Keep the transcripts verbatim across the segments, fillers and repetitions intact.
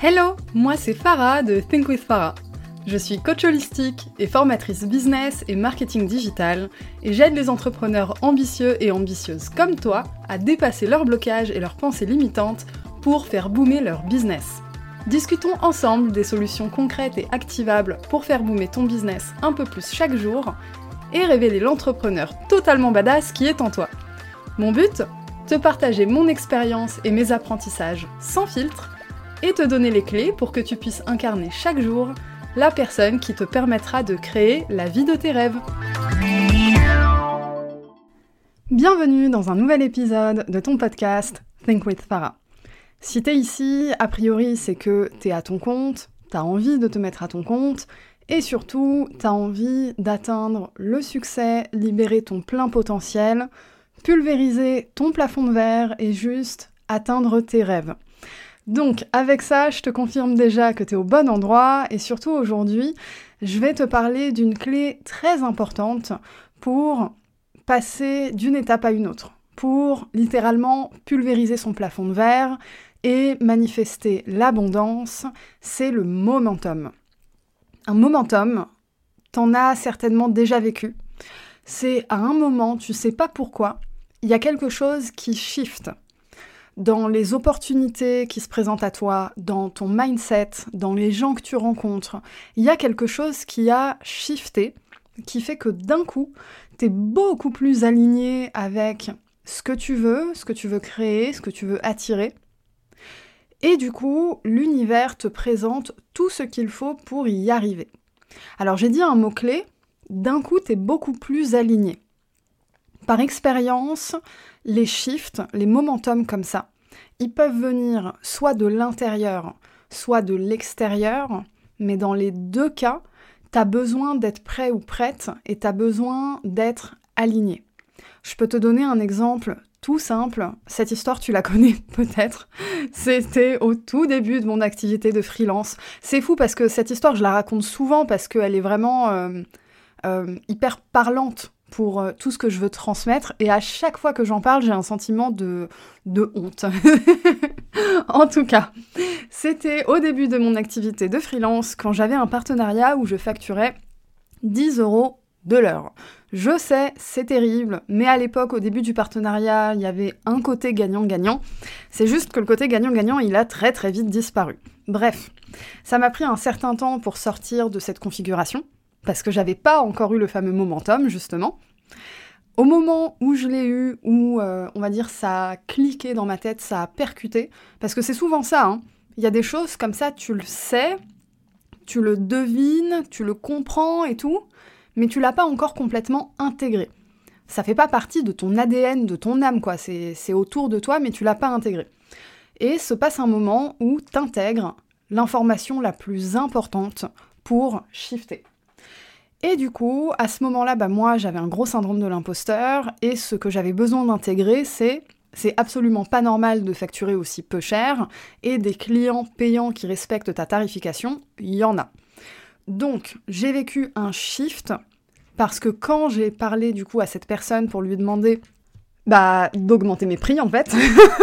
Hello, moi c'est Farah de Think with Farah. Je suis coach holistique et formatrice business et marketing digital et j'aide les entrepreneurs ambitieux et ambitieuses comme toi à dépasser leurs blocages et leurs pensées limitantes pour faire boomer leur business. Discutons ensemble des solutions concrètes et activables pour faire boomer ton business un peu plus chaque jour et révéler l'entrepreneur totalement badass qui est en toi. Mon but ? Te partager mon expérience et mes apprentissages sans filtre et te donner les clés pour que tu puisses incarner chaque jour la personne qui te permettra de créer la vie de tes rêves. Bienvenue dans un nouvel épisode de ton podcast Think with Farah. Si t'es ici, a priori c'est que t'es à ton compte, t'as envie de te mettre à ton compte et surtout t'as envie d'atteindre le succès, libérer ton plein potentiel, pulvériser ton plafond de verre et juste atteindre tes rêves. Donc, avec ça, je te confirme déjà que tu es au bon endroit et surtout aujourd'hui, je vais te parler d'une clé très importante pour passer d'une étape à une autre, pour littéralement pulvériser son plafond de verre et manifester l'abondance, c'est le momentum. Un momentum, t'en as certainement déjà vécu. C'est à un moment, tu sais pas pourquoi, il y a quelque chose qui shift. Dans les opportunités qui se présentent à toi, dans ton mindset, dans les gens que tu rencontres, il y a quelque chose qui a shifté, qui fait que d'un coup, tu es beaucoup plus aligné avec ce que tu veux, ce que tu veux créer, ce que tu veux attirer. Et du coup, l'univers te présente tout ce qu'il faut pour y arriver. Alors j'ai dit un mot-clé, d'un coup, tu es beaucoup plus aligné. Par expérience, les shifts, les momentum comme ça, ils peuvent venir soit de l'intérieur, soit de l'extérieur, mais dans les deux cas, t'as besoin d'être prêt ou prête et t'as besoin d'être aligné. Je peux te donner un exemple tout simple, cette histoire tu la connais peut-être, c'était au tout début de mon activité de freelance. C'est fou parce que cette histoire je la raconte souvent parce qu'elle est vraiment euh, euh, hyper parlante pour euh, tout ce que je veux transmettre, et à chaque fois que j'en parle, j'ai un sentiment de, de honte. En tout cas, c'était au début de mon activité de freelance, quand j'avais un partenariat où je facturais dix euros de l'heure. Je sais, c'est terrible, mais à l'époque, au début du partenariat, il y avait un côté gagnant-gagnant. C'est juste que le côté gagnant-gagnant, il a très très vite disparu. Bref, ça m'a pris un certain temps pour sortir de cette configuration, parce que j'avais pas encore eu le fameux momentum, justement. Au moment où je l'ai eu, où, euh, on va dire, ça a cliqué dans ma tête, ça a percuté, parce que c'est souvent ça, hein. Il y a des choses comme ça, tu le sais, tu le devines, tu le comprends et tout, mais tu l'as pas encore complètement intégré. Ça fait pas partie de ton A D N, de ton âme, quoi. C'est, c'est autour de toi, mais tu l'as pas intégré. Et se passe un moment où t'intègres l'information la plus importante pour shifter. Et du coup, à ce moment-là, bah moi, j'avais un gros syndrome de l'imposteur, et ce que j'avais besoin d'intégrer, c'est c'est absolument pas normal de facturer aussi peu cher, et des clients payants qui respectent ta tarification, il y en a. Donc, j'ai vécu un shift, parce que quand j'ai parlé du coup à cette personne pour lui demander bah d'augmenter mes prix en fait,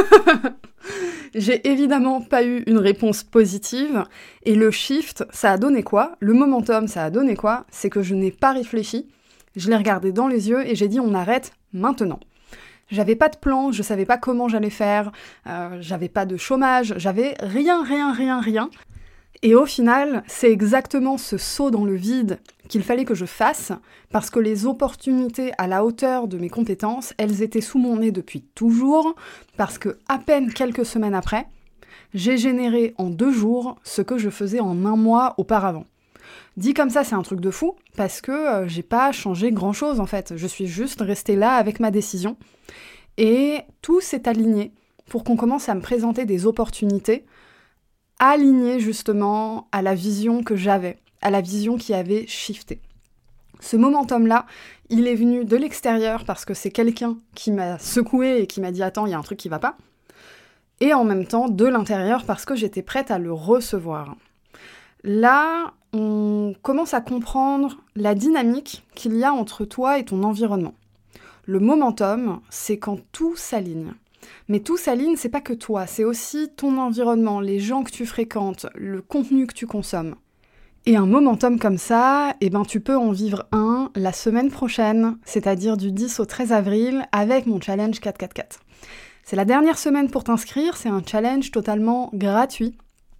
j'ai évidemment pas eu une réponse positive, et le shift, ça a donné quoi ? Le momentum, ça a donné quoi ? C'est que je n'ai pas réfléchi, je l'ai regardé dans les yeux et j'ai dit on arrête maintenant. J'avais pas de plan, je savais pas comment j'allais faire, euh, j'avais pas de chômage, j'avais rien, rien, rien, rien. Et au final, c'est exactement ce saut dans le vide qu'il fallait que je fasse, parce que les opportunités à la hauteur de mes compétences, elles étaient sous mon nez depuis toujours, parce que à peine quelques semaines après, j'ai généré en deux jours ce que je faisais en un mois auparavant. Dit comme ça, c'est un truc de fou, parce que euh, j'ai pas changé grand-chose en fait, je suis juste restée là avec ma décision, et tout s'est aligné pour qu'on commence à me présenter des opportunités aligné justement à la vision que j'avais, à la vision qui avait shifté. Ce momentum-là, il est venu de l'extérieur parce que c'est quelqu'un qui m'a secoué et qui m'a dit « Attends, il y a un truc qui va pas », et en même temps de l'intérieur parce que j'étais prête à le recevoir. Là, on commence à comprendre la dynamique qu'il y a entre toi et ton environnement. Le momentum, c'est quand tout s'aligne. Mais tout s'aligne, c'est pas que toi, c'est aussi ton environnement, les gens que tu fréquentes, le contenu que tu consommes. Et un momentum comme ça, eh ben tu peux en vivre un la semaine prochaine, c'est-à-dire du dix au treize avril, avec mon challenge quatre quatre quatre. C'est la dernière semaine pour t'inscrire, c'est un challenge totalement gratuit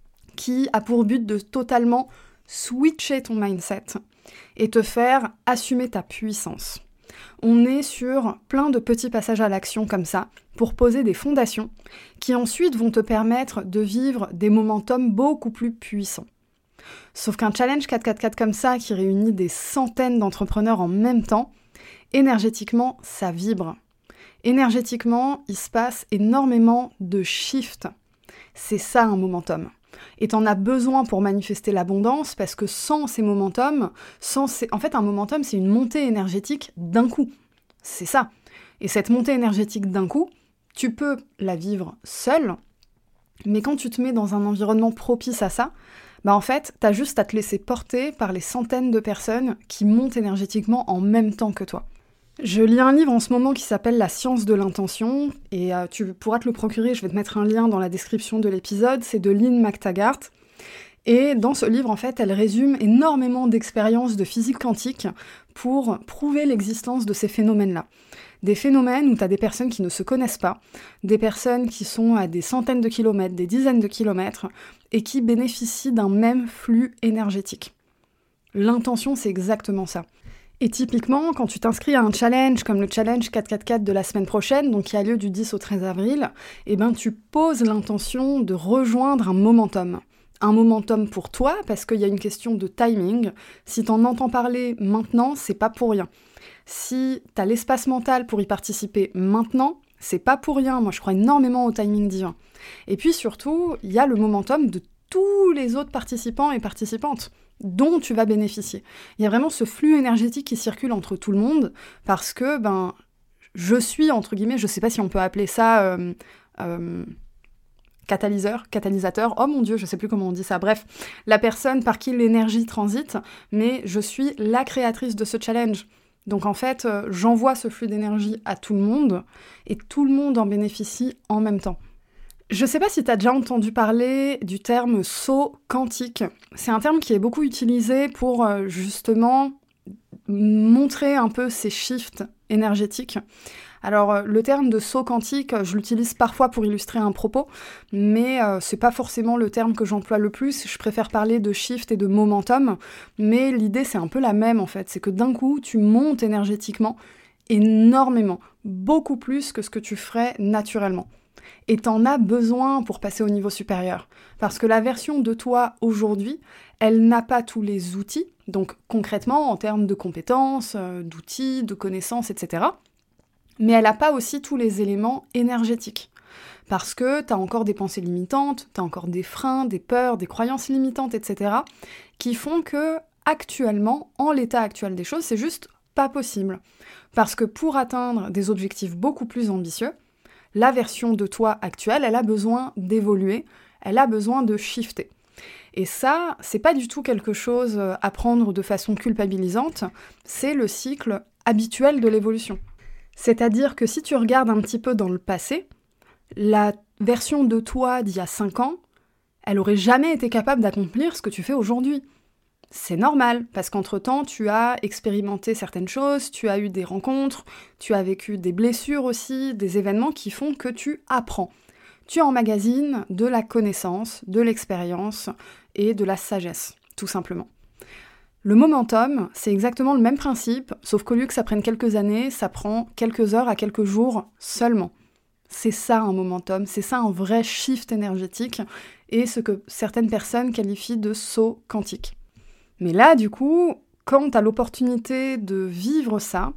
qui a pour but de totalement switcher ton mindset et te faire assumer ta puissance. On est sur plein de petits passages à l'action comme ça, pour poser des fondations, qui ensuite vont te permettre de vivre des momentum beaucoup plus puissants. Sauf qu'un challenge quatre quatre quatre comme ça, qui réunit des centaines d'entrepreneurs en même temps, énergétiquement, ça vibre. Énergétiquement, il se passe énormément de shifts. C'est ça un momentum. Et t'en as besoin pour manifester l'abondance, parce que sans ces momentum, sans ces... en fait un momentum c'est une montée énergétique d'un coup. C'est ça. Et cette montée énergétique d'un coup, tu peux la vivre seule, mais quand tu te mets dans un environnement propice à ça, bah en fait, t'as juste à te laisser porter par les centaines de personnes qui montent énergétiquement en même temps que toi. Je lis un livre en ce moment qui s'appelle La science de l'intention, et euh, tu pourras te le procurer, je vais te mettre un lien dans la description de l'épisode, c'est de Lynn McTaggart. Et dans ce livre, en fait, elle résume énormément d'expériences de physique quantique pour prouver l'existence de ces phénomènes-là. Des phénomènes où tu as des personnes qui ne se connaissent pas, des personnes qui sont à des centaines de kilomètres, des dizaines de kilomètres, et qui bénéficient d'un même flux énergétique. L'intention, c'est exactement ça. Et typiquement, quand tu t'inscris à un challenge comme le challenge quatre quatre quatre de la semaine prochaine, donc qui a lieu du dix au treize avril, eh ben tu poses l'intention de rejoindre un momentum. Un momentum pour toi, parce qu'il y a une question de timing. Si t'en entends parler maintenant, c'est pas pour rien. Si t'as l'espace mental pour y participer maintenant, c'est pas pour rien. Moi, je crois énormément au timing divin. Et puis surtout, il y a le momentum de tous les autres participants et participantes dont tu vas bénéficier. Il y a vraiment ce flux énergétique qui circule entre tout le monde, parce que, ben, je suis, entre guillemets, je sais pas si on peut appeler ça euh, euh, catalyseur, catalysateur, oh mon dieu, je sais plus comment on dit ça, bref, la personne par qui l'énergie transite, mais je suis la créatrice de ce challenge. Donc en fait, euh, j'envoie ce flux d'énergie à tout le monde, et tout le monde en bénéficie en même temps. Je sais pas si tu as déjà entendu parler du terme saut quantique. C'est un terme qui est beaucoup utilisé pour euh, justement montrer un peu ces shifts énergétiques. Alors euh, le terme de saut quantique, je l'utilise parfois pour illustrer un propos, mais euh, c'est pas forcément le terme que j'emploie le plus. Je préfère parler de shift et de momentum, mais l'idée c'est un peu la même en fait. C'est que d'un coup, tu montes énergétiquement énormément, beaucoup plus que ce que tu ferais naturellement. Et t'en as besoin pour passer au niveau supérieur. Parce que la version de toi aujourd'hui, elle n'a pas tous les outils, donc concrètement en termes de compétences, euh, d'outils, de connaissances, et cetera. Mais elle n'a pas aussi tous les éléments énergétiques. Parce que t'as encore des pensées limitantes, t'as encore des freins, des peurs, des croyances limitantes, et cetera, qui font que, actuellement, en l'état actuel des choses, c'est juste pas possible. Parce que pour atteindre des objectifs beaucoup plus ambitieux, la version de toi actuelle, elle a besoin d'évoluer, elle a besoin de shifter. Et ça, c'est pas du tout quelque chose à prendre de façon culpabilisante, c'est le cycle habituel de l'évolution. C'est-à-dire que si tu regardes un petit peu dans le passé, la version de toi d'il y a cinq ans, elle aurait jamais été capable d'accomplir ce que tu fais aujourd'hui. C'est normal, parce qu'entre-temps, tu as expérimenté certaines choses, tu as eu des rencontres, tu as vécu des blessures aussi, des événements qui font que tu apprends. Tu emmagasines de la connaissance, de l'expérience et de la sagesse, tout simplement. Le momentum, c'est exactement le même principe, sauf qu'au lieu que ça prenne quelques années, ça prend quelques heures à quelques jours seulement. C'est ça un momentum, c'est ça un vrai shift énergétique, et ce que certaines personnes qualifient de saut quantique. Mais là, du coup, quand tu as l'opportunité de vivre ça,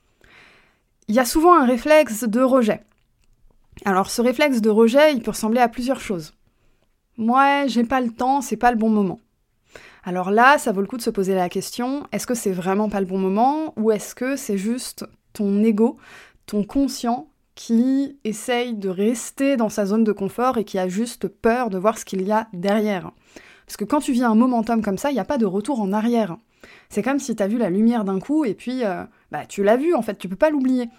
il y a souvent un réflexe de rejet. Alors, ce réflexe de rejet, il peut ressembler à plusieurs choses. Moi, j'ai pas le temps, c'est pas le bon moment. Alors là, ça vaut le coup de se poser la question, est-ce que c'est vraiment pas le bon moment, ou est-ce que c'est juste ton ego, ton conscient, qui essaye de rester dans sa zone de confort et qui a juste peur de voir ce qu'il y a derrière ? Parce que quand tu vis un momentum comme ça, il n'y a pas de retour en arrière. C'est comme si tu as vu la lumière d'un coup et puis euh, bah, tu l'as vu en fait, tu peux pas l'oublier.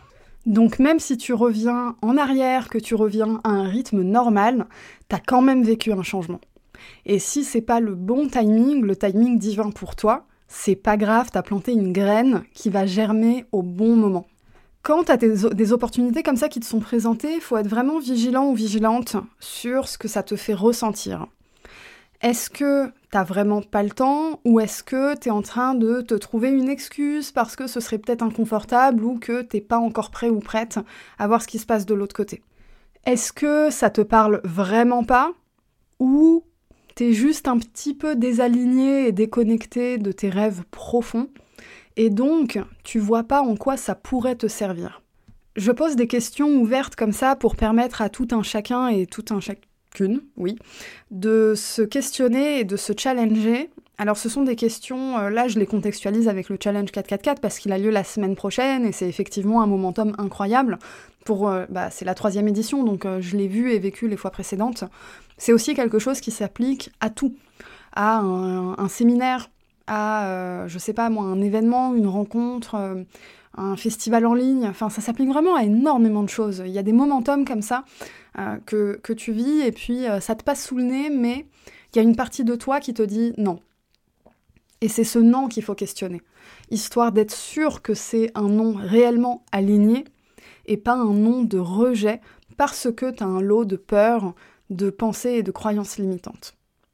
Donc même si tu reviens en arrière, que tu reviens à un rythme normal, t'as quand même vécu un changement. Et si c'est pas le bon timing, le timing divin pour toi, c'est pas grave, t'as planté une graine qui va germer au bon moment. Quand t'as des, des opportunités comme ça qui te sont présentées, il faut être vraiment vigilant ou vigilante sur ce que ça te fait ressentir. Est-ce que t'as vraiment pas le temps ou est-ce que t'es en train de te trouver une excuse parce que ce serait peut-être inconfortable ou que t'es pas encore prêt ou prête à voir ce qui se passe de l'autre côté? Est-ce que ça te parle vraiment pas ou t'es juste un petit peu désaligné et déconnecté de tes rêves profonds et donc tu vois pas en quoi ça pourrait te servir? Je pose des questions ouvertes comme ça pour permettre à tout un chacun et tout un chacune, oui, de se questionner et de se challenger. Alors ce sont des questions, euh, là je les contextualise avec le challenge quatre quatre quatre parce qu'il a lieu la semaine prochaine et c'est effectivement un momentum incroyable. Pour, euh, bah, c'est la troisième édition, donc euh, je l'ai vu et vécu les fois précédentes. C'est aussi quelque chose qui s'applique à tout, à un, un séminaire, à, euh, je sais pas moi, un événement, une rencontre, euh, un festival en ligne, enfin ça s'applique vraiment à énormément de choses. Il y a des momentum comme ça euh, que, que tu vis et puis euh, ça te passe sous le nez, mais il y a une partie de toi qui te dit non. Et c'est ce non qu'il faut questionner, histoire d'être sûr que c'est un non réellement aligné et pas un non de rejet parce que tu as un lot de peur, de pensées et de croyances limitantes.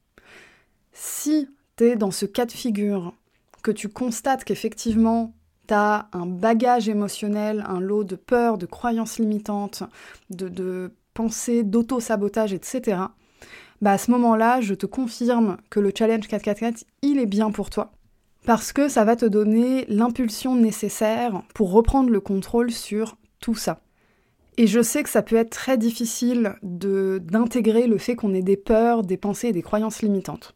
Si tu es dans ce cas de figure, que tu constates qu'effectivement tu as un bagage émotionnel, un lot de peur, de croyances limitantes, de, de pensées, d'auto-sabotage, et cetera, bah à ce moment-là, je te confirme que le challenge quatre quatre quatre, il est bien pour toi. Parce que ça va te donner l'impulsion nécessaire pour reprendre le contrôle sur tout ça. Et je sais que ça peut être très difficile de, d'intégrer le fait qu'on ait des peurs, des pensées et des croyances limitantes.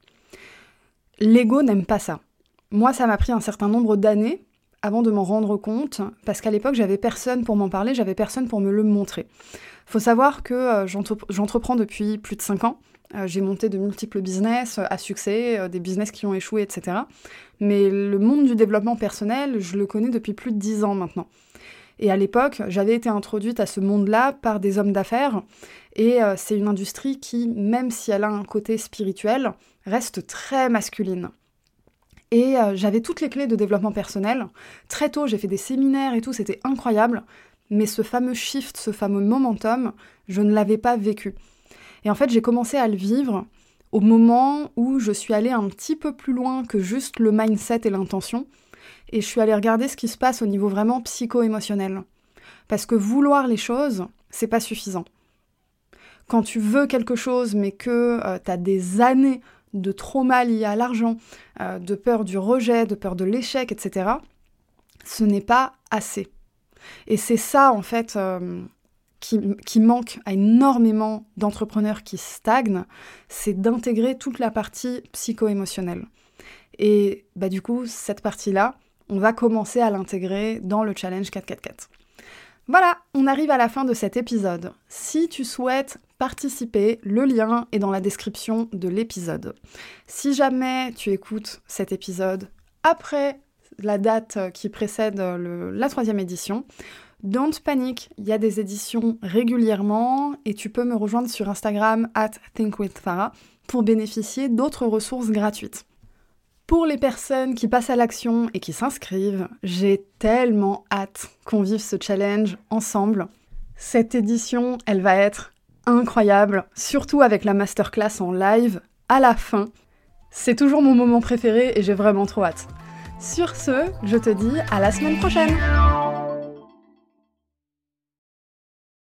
L'ego n'aime pas ça. Moi, ça m'a pris un certain nombre d'années avant de m'en rendre compte, parce qu'à l'époque, j'avais personne pour m'en parler, j'avais personne pour me le montrer. Faut savoir que euh, j'entre- j'entreprends depuis plus de cinq ans. Euh, j'ai monté de multiples business euh, à succès, euh, des business qui ont échoué, et cetera. Mais le monde du développement personnel, je le connais depuis plus de dix ans maintenant. Et à l'époque, j'avais été introduite à ce monde-là par des hommes d'affaires, et euh, c'est une industrie qui, même si elle a un côté spirituel, reste très masculine. Et euh, j'avais toutes les clés de développement personnel. Très tôt, j'ai fait des séminaires et tout, c'était incroyable, mais ce fameux shift, ce fameux momentum, je ne l'avais pas vécu. Et en fait, j'ai commencé à le vivre au moment où je suis allée un petit peu plus loin que juste le mindset et l'intention, et je suis allée regarder ce qui se passe au niveau vraiment psycho-émotionnel. Parce que vouloir les choses, c'est pas suffisant. Quand tu veux quelque chose, mais que euh, t'as des années de trauma liés à l'argent, euh, de peur du rejet, de peur de l'échec, et cetera, ce n'est pas assez. Et c'est ça, en fait, euh, qui, qui manque à énormément d'entrepreneurs qui stagnent, c'est d'intégrer toute la partie psycho-émotionnelle. Et bah, du coup, cette partie-là, on va commencer à l'intégrer dans le challenge quatre quatre quatre. Voilà, on arrive à la fin de cet épisode. Si tu souhaites participer, le lien est dans la description de l'épisode. Si jamais tu écoutes cet épisode après la date qui précède le, la troisième édition, don't panic, il y a des éditions régulièrement et tu peux me rejoindre sur Instagram at thinkwithfarah pour bénéficier d'autres ressources gratuites. Pour les personnes qui passent à l'action et qui s'inscrivent, j'ai tellement hâte qu'on vive ce challenge ensemble. Cette édition, elle va être incroyable, surtout avec la masterclass en live à la fin. C'est toujours mon moment préféré et j'ai vraiment trop hâte. Sur ce, je te dis à la semaine prochaine!